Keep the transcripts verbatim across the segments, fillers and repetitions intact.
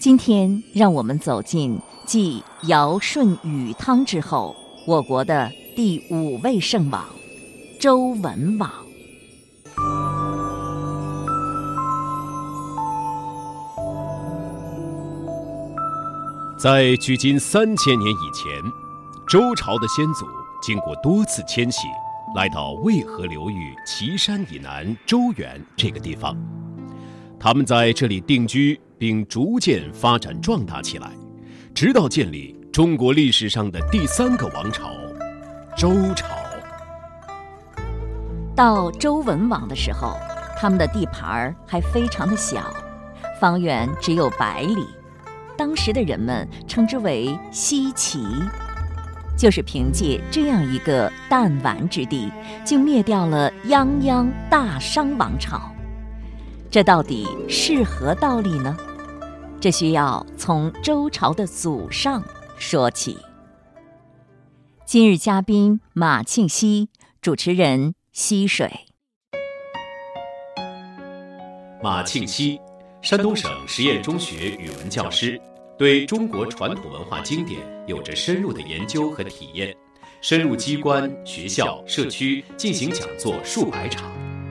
今天让我们走进继尧舜禹汤之后，我国的第五位圣王周文王。 在距今三千年以前，周朝的先祖经过多次迁徙，来到渭河流域岐山以南周原这个地方。他们在这里定居，并逐渐发展壮大起来，直到建立中国历史上的第三个王朝——周朝。 到周文王的时候，他们的地盘还非常的小，方圆只有百里。当时的人们称之为西岐，就是凭借这样一个弹丸之地，就灭掉了泱泱大商王朝。这到底是何道理呢？这需要从周朝的祖上说起。今日嘉宾马庆西，主持人溪水。 马庆西，山东省实验中学语文教师，对中国传统文化经典有着深入的研究和体验，深入机关、学校、社区进行讲座数百场。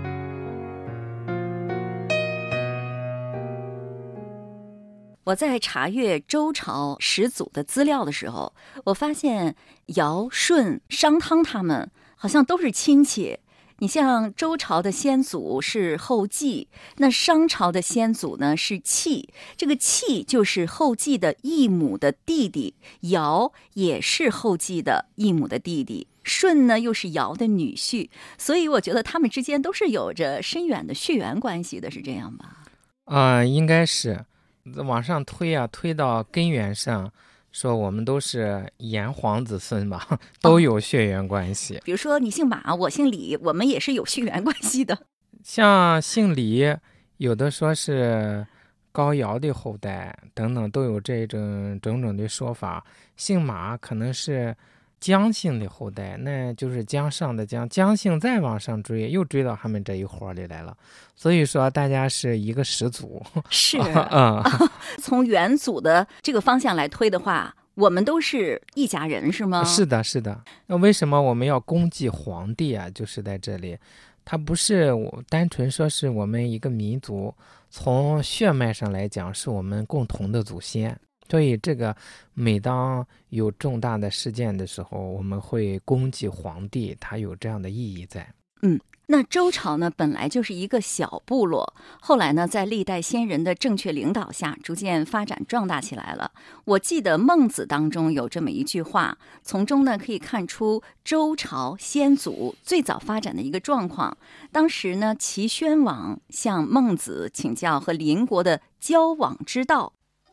我在查阅周朝始祖的资料的时候，我发现尧舜商汤他们好像都是亲戚。你像周朝的先祖是后稷，那商朝的先祖呢是契，这个契就是后稷的异母的弟弟，尧也是后稷的异母的弟弟，舜呢又是尧的女婿，所以我觉得他们之间都是有着深远的血缘关系的，是这样吧？ 啊、呃，应该是往上推啊，推到根源上。说我们都是炎黄子孙吧，都有血缘关系。 哦、比如说你姓马，我姓李，我们也是有血缘关系的。 像姓李，有的说是高尧的后代等等，都有这种种种的说法。姓马可能是姜姓的后代，那就是姜尚的姜，姜姓再往上追，又追到他们这一伙里来了。所以说大家是一个始祖。 是啊、 嗯，从元祖的这个方向来推的话，我们都是一家人，是吗？ 是的，是的。那为什么我们要公祭皇帝啊？就是在这里，它不是我单纯说是我们一个民族，从血脉上来讲是我们共同的祖先。所以这个每当有重大的事件的时候，我们会公祭皇帝，它有这样的意义在。 嗯，那周朝呢本来就是一个小部落，后来呢在历代先人的正确领导下，逐渐发展壮大起来了。我记得孟子当中有这么一句话，从中呢可以看出周朝先祖最早发展的一个状况。当时呢齐宣王向孟子请教和邻国的交往之道。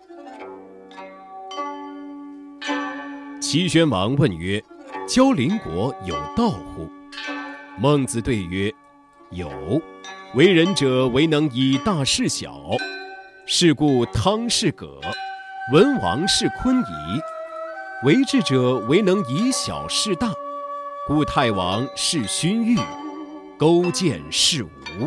齐宣王问曰：“交邻国有道乎？”孟子对曰：“有。为人者，为能以大事小。是故汤是葛，文王是昆夷；为治者，为能以小事大。故太王是勋玉，勾践是吴。”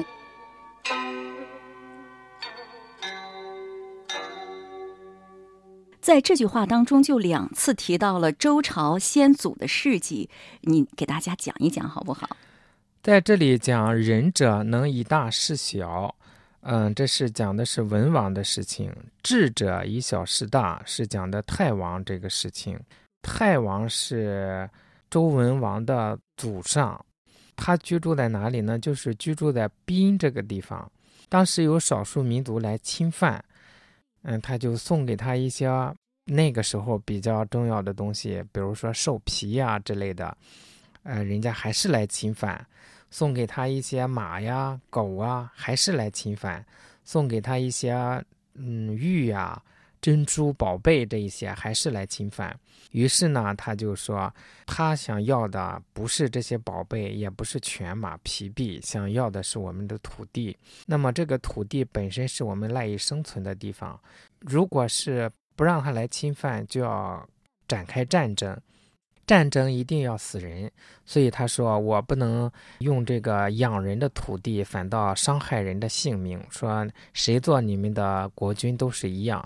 在这句话当中就两次提到了周朝先祖的事迹，你给大家讲一讲好不好？ 在这里讲仁者能以大事小，嗯，这是讲的是文王的事情；智者以小事大，是讲的太王这个事情。太王是周文王的祖上，他居住在哪里呢？就是居住在滨这个地方。当时有少数民族来侵犯，嗯，他就送给他一些那个时候比较重要的东西，比如说兽皮呀之类的，呃，人家还是来侵犯。送给他一些马呀、狗啊，还是来侵犯；送给他一些嗯玉呀、珍珠宝贝这一些，还是来侵犯。于是呢，他就说，他想要的不是这些宝贝，也不是犬马皮币，想要的是我们的土地。那么这个土地本身是我们赖以生存的地方，如果是不让他来侵犯，就要展开战争。战争一定要死人，所以他说我不能用这个养人的土地反倒伤害人的性命，说谁做你们的国君都是一样。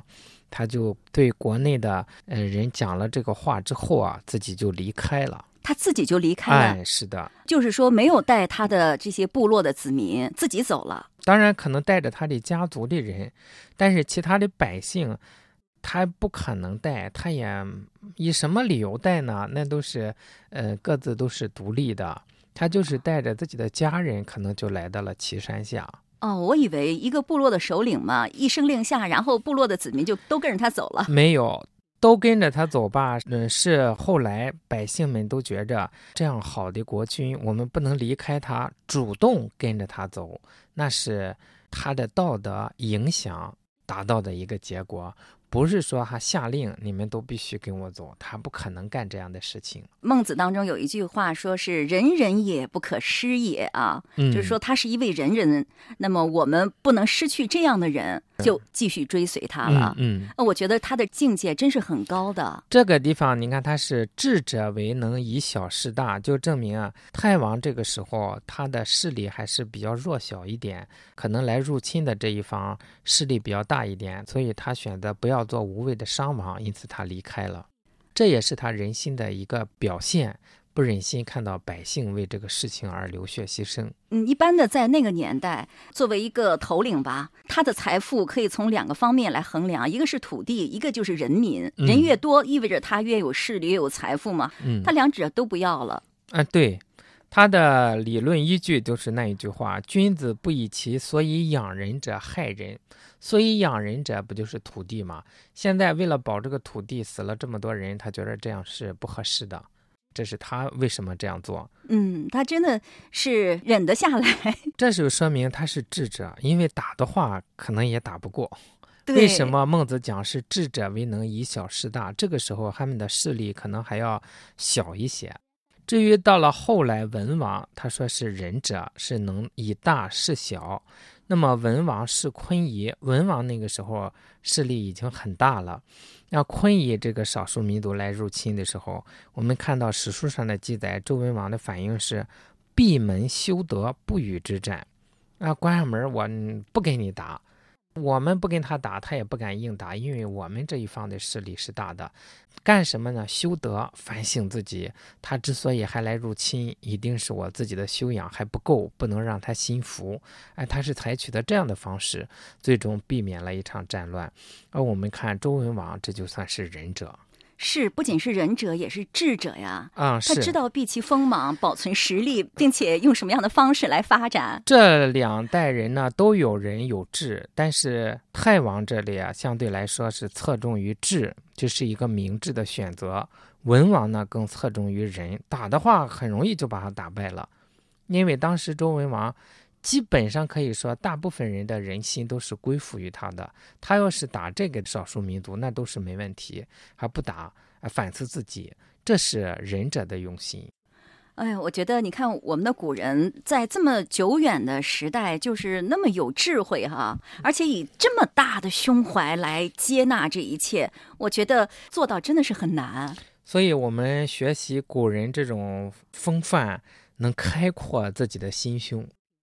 他就对国内的呃人讲了这个话之后啊，自己就离开了。 他自己就离开了。 哎，是的， 就是说没有带他的这些部落的子民，自己走了。 当然可能带着他的家族的人，但是其他的百姓他不可能带，他也以什么理由带呢？那都是呃各自都是独立的，他就是带着自己的家人，可能就来到了岐山下。 哦，我以为一个部落的首领嘛，一声令下，然后部落的子民就都跟着他走了。 没有，都跟着他走吧。嗯，是后来百姓们都觉着这样好的国君，我们不能离开他，主动跟着他走，那是他的道德影响达到的一个结果。不是说他下令你们都必须跟我走，他不可能干这样的事情。 孟子当中有一句话说是人人也不可失也啊、嗯、就是说他是一位仁人，那么我们不能失去这样的人，就继续追随他了。 嗯， 嗯我觉得他的境界真是很高的。 这个地方你看他是智者为能以小事大，就证明啊太王这个时候他的势力还是比较弱小一点，可能来入侵的这一方势力比较大一点，所以他选择不要做无谓的伤亡，因此他离开了。这也是他人心的一个表现，不忍心看到百姓为这个事情而流血牺牲。 嗯，一般的在那个年代，作为一个头领吧，他的财富可以从两个方面来衡量，一个是土地，一个就是人民。 嗯、 人越多，意味着他越有势力，越有财富嘛。嗯，他两者都不要了。 啊，对。他的理论依据就是那一句话：君子不以其所以养人者害人。所以养人者不就是土地吗？现在为了保这个土地死了这么多人，他觉得这样是不合适的，这是他为什么这样做。 嗯，他真的是忍得下来。 这就说明他是智者，因为打的话可能也打不过。为什么孟子讲是智者为能以小事大？这个时候他们的势力可能还要小一些。至于到了后来文王，他说是仁者，是能以大事小。那么文王是昆夷，文王那个时候势力已经很大了。那昆夷这个少数民族来入侵的时候，我们看到史书上的记载，周文王的反应是闭门修德，不与之战。啊，关上门，我不跟你打。我们不跟他打，他也不敢硬打，因为我们这一方的势力是大的。干什么呢？修德，反省自己。他之所以还来入侵，一定是我自己的修养还不够，不能让他心服。哎，他是采取的这样的方式，最终避免了一场战乱。而我们看周文王，这就算是仁者。 是，不仅是仁者，也是智者呀。 啊、嗯， 他知道避其锋芒，保存实力，并且用什么样的方式来发展。 这两代人呢，都有仁有智，但是太王这里啊，相对来说是侧重于智，这是一个明智的选择。文王呢，更侧重于仁，打的话很容易就把他打败了，因为当时周文王基本上可以说大部分人的人心都是归附于他的，他要是打这个少数民族那都是没问题，还不打反思自己，这是仁者的用心。 哎呀，我觉得你看我们的古人在这么久远的时代就是那么有智慧哈，而且以这么大的胸怀来接纳这一切，我觉得做到真的是很难。 所以我们学习古人这种风范，能开阔自己的心胸。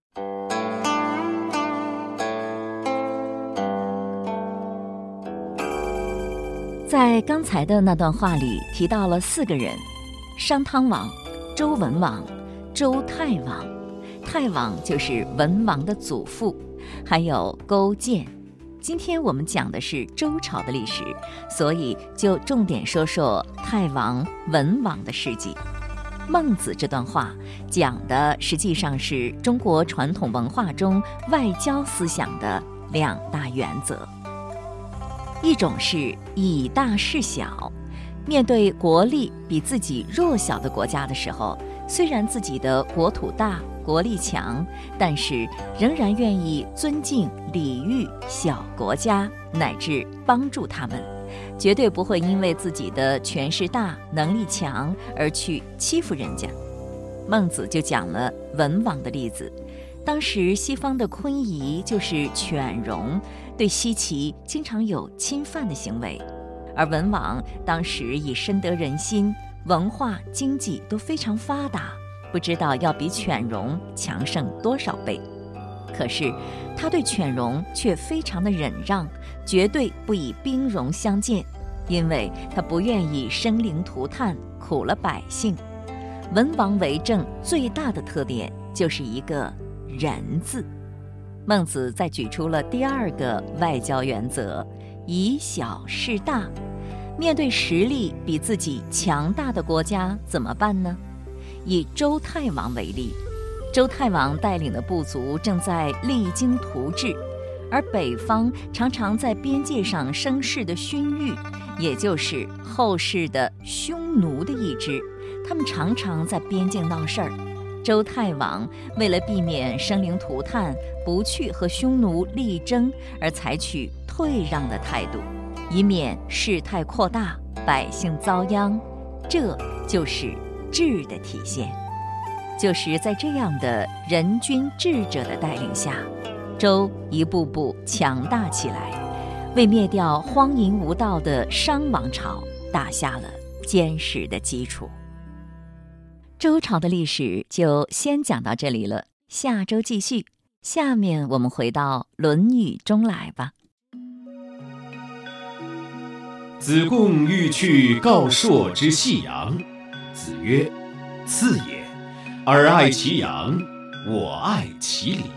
在刚才的那段话里提到了四个人：商汤王、周文王、周太王。太王就是文王的祖父，还有勾践。今天我们讲的是周朝的历史，所以就重点说说太王、文王的事迹。孟子这段话讲的实际上是中国传统文化中外交思想的两大原则。一种是以大事小，面对国力比自己弱小的国家的时候，虽然自己的国土大、国力强，但是仍然愿意尊敬、礼遇小国家，乃至帮助他们，绝对不会因为自己的权势大、能力强而去欺负人家。孟子就讲了文王的例子。当时西方的昆夷就是犬戎，对西岐经常有侵犯的行为，而文王当时已深得人心，文化经济都非常发达，不知道要比犬戎强盛多少倍。 可是他对犬戎却非常的忍让，绝对不以兵戎相见，因为他不愿意生灵涂炭，苦了百姓。文王为政最大的特点就是一个仁字。孟子再举出了第二个外交原则，以小事大。面对实力比自己强大的国家怎么办呢？以周太王为例，周太王带领的部族正在励精图治，而北方常常在边界上生事的荀彧，也就是后世的匈奴的一支，他们常常在边境闹事儿。周太王为了避免生灵涂炭，不去和匈奴力争，而采取退让的态度，以免事态扩大，百姓遭殃。这就是治的体现。就是在这样的人君智者的带领下，周一步步强大起来，为灭掉荒淫无道的商王朝打下了坚实的基础。周朝的历史就先讲到这里了，下周继续。下面我们回到《论语》中来吧。 子贡欲去告朔之细阳，子曰：次也，尔爱其阳，我爱其礼。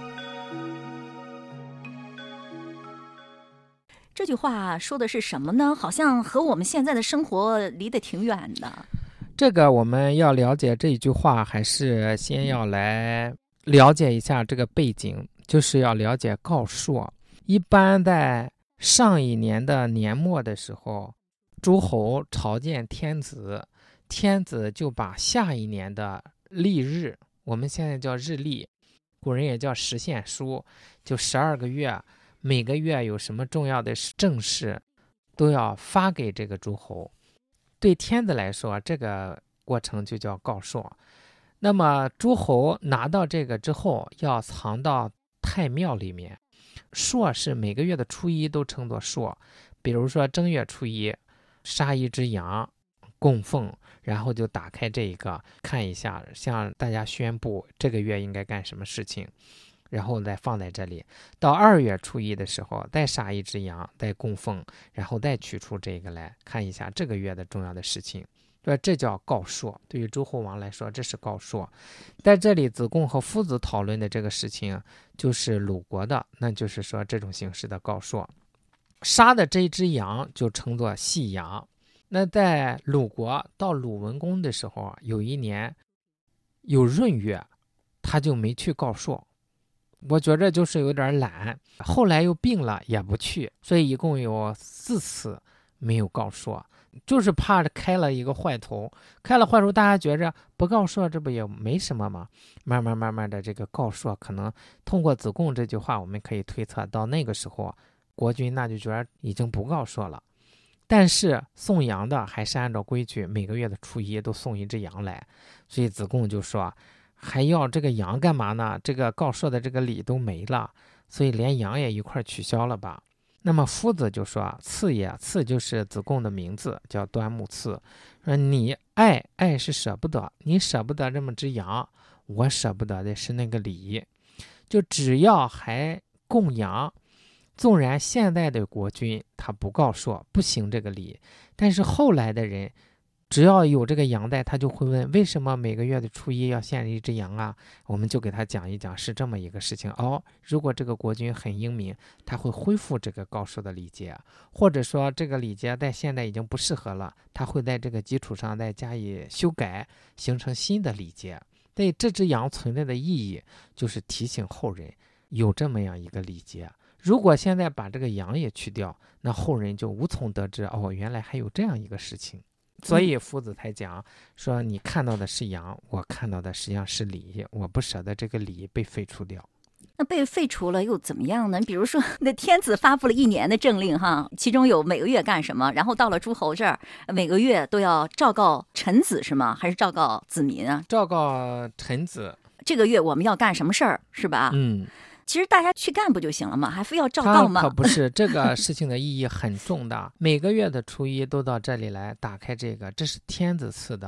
这句话说的是什么呢？好像和我们现在的生活离得挺远的。 这个我们要了解这一句话，还是先要来了解一下这个背景，就是要了解告朔。一般在上一年的年末的时候，诸侯朝见天子，天子就把下一年的历日，我们现在叫日历，古人也叫时限书，就十二个月，每个月有什么重要的政事，都要发给这个诸侯。对天子来说，这个过程就叫告朔。那么诸侯拿到这个之后，要藏到太庙里面。朔是每个月的初一都称作朔，比如说正月初一杀一只羊供奉，然后就打开这一个看一下，向大家宣布这个月应该干什么事情，然后再放在这里。到二月初一的时候再杀一只羊再供奉，然后再取出这个来看一下这个月的重要的事情，这叫告朔。对于诸侯王来说，这是告朔。在这里子贡和夫子讨论的这个事情就是鲁国的，那就是说这种形式的告朔。杀的这只羊就称作细羊。那在鲁国到鲁文公的时候，有一年有闰月，他就没去告朔，我觉着就是有点懒，后来又病了也不去，所以一共有四次没有告朔，就是怕开了一个坏头，开了坏头大家觉着不告朔这不也没什么吗？慢慢慢慢的这个告朔，可能通过子贡这句话我们可以推测到那个时候国君那就觉得已经不告朔了。但是送羊的还是按照规矩每个月的初一都送一只羊来，所以子贡就说还要这个羊干嘛呢？这个告朔的这个礼都没了，所以连羊也一块取消了吧。那么夫子就说次也，次就是子贡的名字，叫端木赐，说你爱爱是舍不得，你舍不得这么只羊，我舍不得的是那个礼。就只要还供羊，纵然现在的国君他不告朔不行这个礼，但是后来的人只要有这个羊在，他就会问为什么每个月的初一要献一只羊啊？我们就给他讲一讲是这么一个事情哦。如果这个国君很英明，他会恢复这个告朔的礼节，或者说这个礼节在现在已经不适合了，他会在这个基础上再加以修改，形成新的礼节。所以这只羊存在的意义就是提醒后人有这么样一个礼节。如果现在把这个羊也去掉，那后人就无从得知哦，原来还有这样一个事情。所以夫子才讲说你看到的是羊，我看到的实际上是礼，我不舍得这个礼被废除掉。 那被废除了又怎么样呢？比如说那天子发布了一年的政令哈，其中有每个月干什么，然后到了诸侯这儿每个月都要昭告臣子是吗？还是昭告子民啊？ 昭告臣子，这个月我们要干什么事儿是吧？ 嗯， 其实大家去干不就行了吗？还非要昭告吗？ 可不是，这个事情的意义很重大。每个月的初一都到这里来打开这个，这是天子赐的，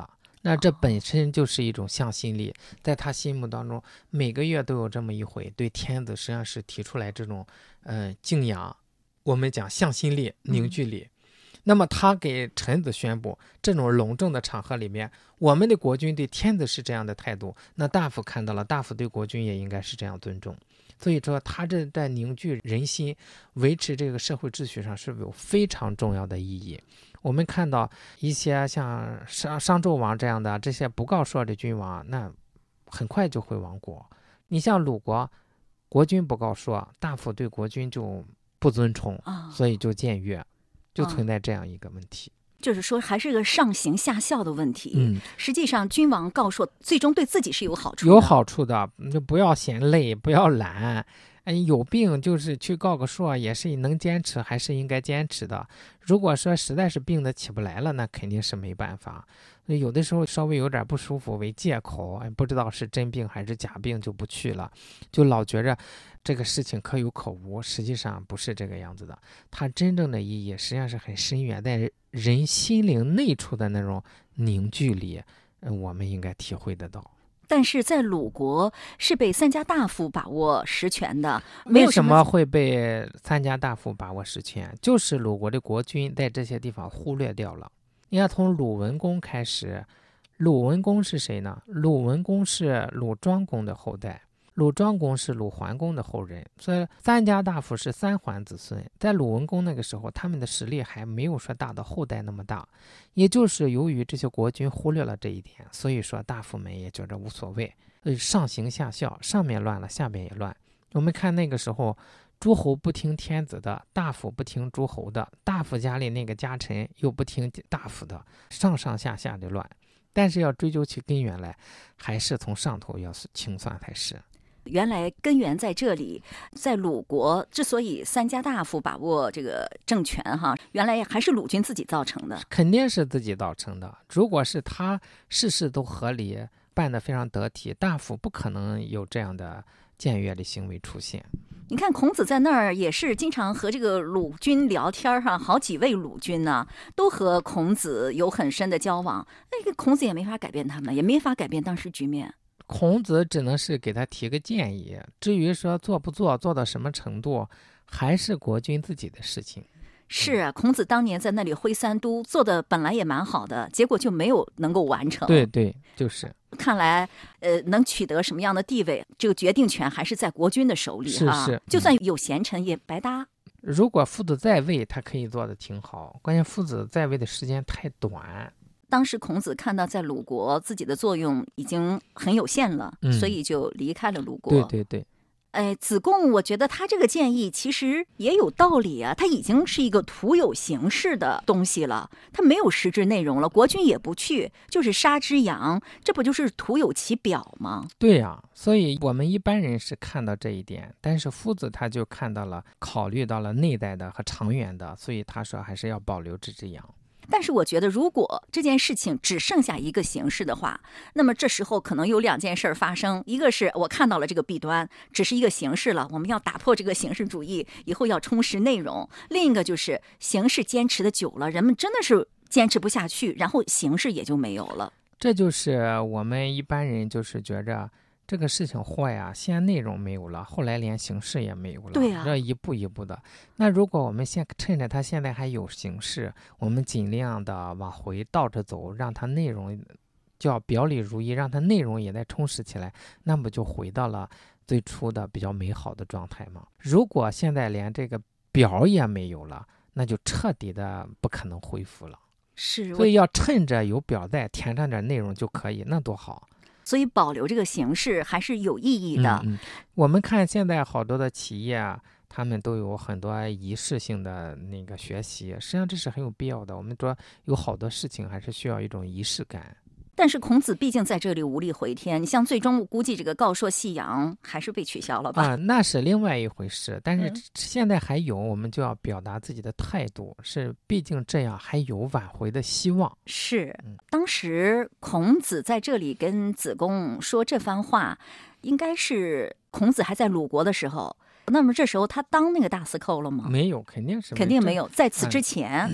那这本身就是一种向心力，在他心目当中，每个月都有这么一回，对天子实际上是提出来这种呃敬仰，我们讲向心力、凝聚力。嗯、那么他给臣子宣布，这种隆重的场合里面，我们的国君对天子是这样的态度，那大夫看到了，大夫对国君也应该是这样尊重。所以说，他这在凝聚人心、维持这个社会秩序上是有非常重要的意义。我们看到一些像商商纣王这样的这些不告朔的君王，那很快就会亡国。你像鲁国，国君不告朔，大夫对国君就不尊崇，哦、所以就僭越，就存在这样一个问题。 哦、就是说，还是个上行下效的问题。 嗯， 实际上，君王告朔最终对自己是有好处的， 有好处的，就不要嫌累，不要懒。哎，有病就是去告个朔，也是能坚持，还是应该坚持的。如果说实在是病得起不来了，那肯定是没办法。有的时候稍微有点不舒服为借口，哎，不知道是真病还是假病就不去了，就老觉着这个事情可有可无，实际上不是这个样子的。它真正的意义实际上是很深远，在人心灵内处的那种凝聚力，嗯，我们应该体会得到。 但是在鲁国是被三家大夫把握实权的，没有为什么会被三家大夫把握实权？就是鲁国的国君在这些地方忽略掉了。你看，从鲁文公开始，鲁文公是谁呢？鲁文公是鲁庄公的后代，鲁庄公是鲁桓公的后人，所以三家大夫是三桓子孙。在鲁文公那个时候，他们的实力还没有说大到后代那么大，也就是由于这些国君忽略了这一点，所以说大夫们也觉得无所谓，上行下效，上面乱了，下面也乱。我们看那个时候，诸侯不听天子的，大夫不听诸侯的，大夫家里那个家臣又不听大夫的，上上下下的乱。但是要追究其根源来，还是从上头要清算才是。 原来根源在这里，在鲁国之所以三家大夫把握这个政权哈，原来还是鲁君自己造成的， 肯定是自己造成的。如果是他事事都合理，办得非常得体，大夫不可能有这样的僭越的行为出现。 你看孔子在那儿也是经常和这个鲁君聊天哈，好几位鲁君呢都和孔子有很深的交往，那个孔子也没法改变他们，也没法改变当时局面。 孔子只能是给他提个建议，至于说做不做，做到什么程度，还是国君自己的事情。 是啊，孔子当年在那里挥三都，做的本来也蛮好的，结果就没有能够完成。 对对，就是。 看来，呃，能取得什么样的地位，这个决定权还是在国君的手里哈。 是是， 就算有贤臣也白搭。 如果夫子在位，他可以做的挺好，关键夫子在位的时间太短。 当时孔子看到在鲁国自己的作用已经很有限了，嗯、所以就离开了鲁国。 对对对。 哎，子贡，我觉得他这个建议其实也有道理啊。他已经是一个徒有形式的东西了，他没有实质内容了。国君也不去，就是杀只羊，这不就是徒有其表吗？ 对呀、啊，所以我们一般人是看到这一点，但是夫子他就看到了，考虑到了内在的和长远的，所以他说还是要保留这只羊。 但是我觉得，如果这件事情只剩下一个形式的话，那么这时候可能有两件事发生：一个是我看到了这个弊端，只是一个形式了，我们要打破这个形式主义，以后要充实内容；另一个就是形式坚持的久了，人们真的是坚持不下去，然后形式也就没有了。 这就是我们一般人就是觉着这个事情坏呀，先内容没有了，后来连形式也没有了。 对啊， 这一步一步的。那如果我们现趁着它现在还有形式，我们尽量的往回倒着走，让它内容叫表里如一，让它内容也再充实起来，那么就回到了最初的比较美好的状态嘛。如果现在连这个表也没有了，那就彻底的不可能恢复了。 是， 所以要趁着有表在，填上点内容就可以，那多好。 所以保留这个形式还是有意义的。 嗯嗯、我们看现在好多的企业啊，他们都有很多仪式性的那个学习，实际上这是很有必要的。我们说有好多事情还是需要一种仪式感。 但是孔子毕竟在这里无力回天，你像最终我估计这个告朔夕阳还是被取消了吧？ 啊，那是另外一回事。但是现在还有，我们就要表达自己的态度，是毕竟这样还有挽回的希望。 是，当时孔子在这里跟子贡说这番话，应该是孔子还在鲁国的时候。那么这时候他当那个大司寇了吗？ 没有，肯定是没有肯定没有。在此之前。 嗯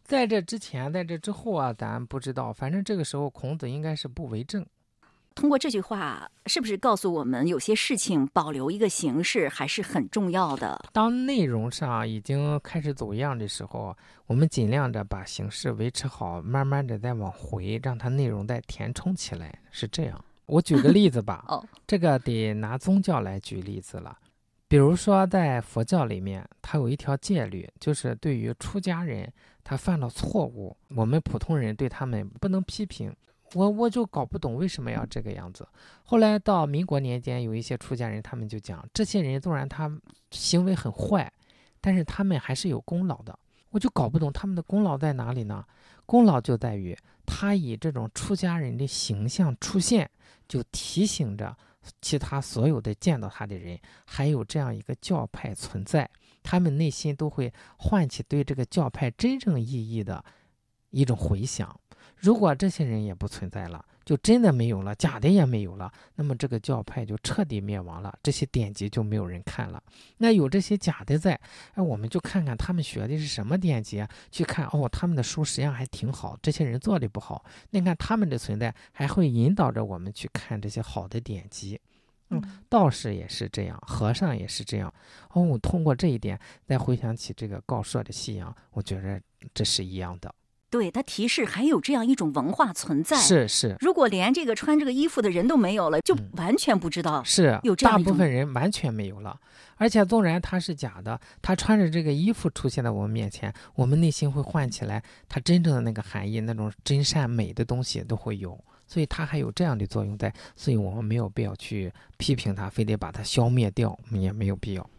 在这之前在这之后啊，咱不知道，反正这个时候孔子应该是不为政。 通过这句话，是不是告诉我们有些事情保留一个形式还是很重要的？ 当内容上已经开始走样的时候，我们尽量的把形式维持好，慢慢的再往回，让它内容再填充起来，是这样。我举个例子吧， 哦， 这个得拿宗教来举例子了。比如说在佛教里面，它有一条戒律，就是对于出家人他犯了错误，我们普通人对他们不能批评。我我就搞不懂为什么要这个样子。后来到民国年间，有一些出家人，他们就讲，这些人纵然他行为很坏，但是他们还是有功劳的。我就搞不懂他们的功劳在哪里呢？功劳就在于他以这种出家人的形象出现，就提醒着其他所有的见到他的人，还有这样一个教派存在，他们内心都会唤起对这个教派真正意义的一种回响。如果这些人也不存在了，就真的没有了，假的也没有了，那么这个教派就彻底灭亡了，这些典籍就没有人看了。那有这些假的在，哎，我们就看看他们学的是什么典籍，去看哦，他们的书实际上还挺好，这些人做的不好，你看他们的存在还会引导着我们去看这些好的典籍。嗯，道士也是这样，和尚也是这样。哦，通过这一点再回想起这个告朔的信仰，我觉得这是一样的。 对，它提示还有这样一种文化存在。 是是， 如果连这个穿这个衣服的人都没有了，就完全不知道、 嗯、是有这样大部分人完全没有了。而且纵然他是假的，他穿着这个衣服出现在我们面前，我们内心会唤起来他真正的那个含义，那种真善美的东西都会有。所以它还有这样的作用在，所以我们没有必要去批评它，非得把它消灭掉，我们也没有必要。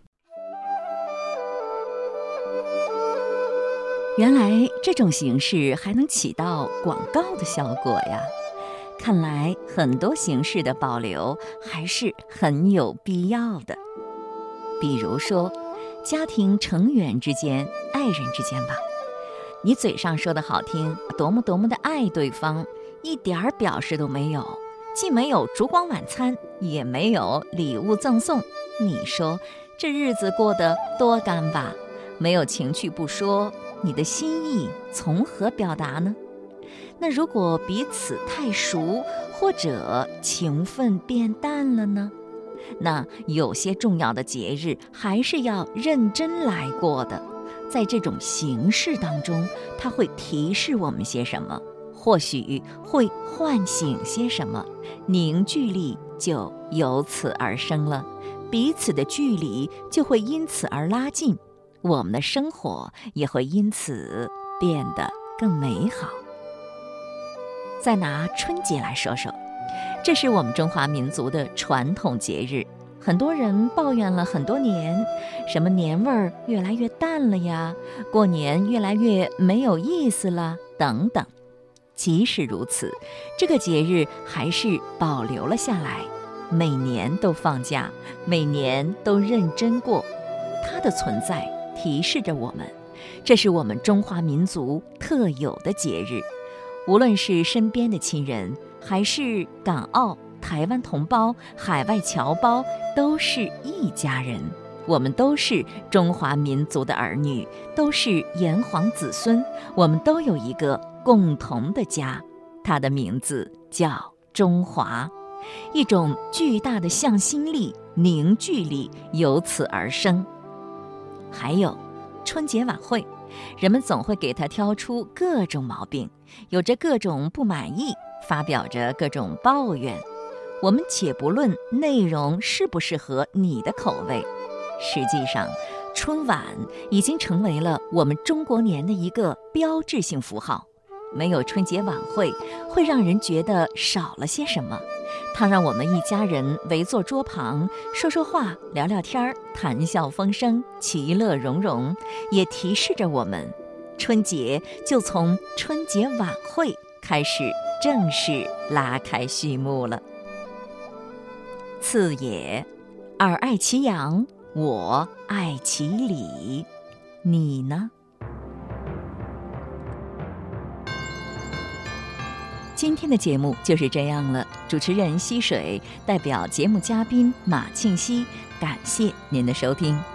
原来这种形式还能起到广告的效果呀！看来很多形式的保留还是很有必要的。比如说，家庭成员之间、爱人之间吧，你嘴上说的好听，多么多么的爱对方，一点儿表示都没有，既没有烛光晚餐，也没有礼物赠送，你说这日子过得多干巴？没有情趣不说，你的心意从何表达呢？那如果彼此太熟，或者情分变淡了呢？那有些重要的节日还是要认真来过的。在这种形式当中，它会提示我们些什么？或许会唤醒些什么？凝聚力就由此而生了，彼此的距离就会因此而拉近，我们的生活也会因此变得更美好。再拿春节来说说，这是我们中华民族的传统节日，很多人抱怨了很多年，什么年味儿越来越淡了呀，过年越来越没有意思了等等。即使如此，这个节日还是保留了下来，每年都放假，每年都认真过。它的存在提示着我们，这是我们中华民族特有的节日。无论是身边的亲人，还是港澳、台湾同胞、海外侨胞，都是一家人。我们都是中华民族的儿女，都是炎黄子孙，我们都有一个共同的家，它的名字叫中华。一种巨大的向心力、凝聚力由此而生。还有春节晚会，人们总会给它挑出各种毛病，有着各种不满意，发表着各种抱怨。我们且不论内容适不适合你的口味，实际上春晚已经成为了我们中国年的一个标志性符号。没有春节晚会，会让人觉得少了些什么。它让我们一家人围坐桌旁，说说话，聊聊天，谈笑风生，其乐融融，也提示着我们，春节就从春节晚会开始正式拉开序幕了。次也，尔爱其羊，我爱其礼，你呢？今天的节目就是这样了，主持人溪水代表节目嘉宾马庆西，感谢您的收听。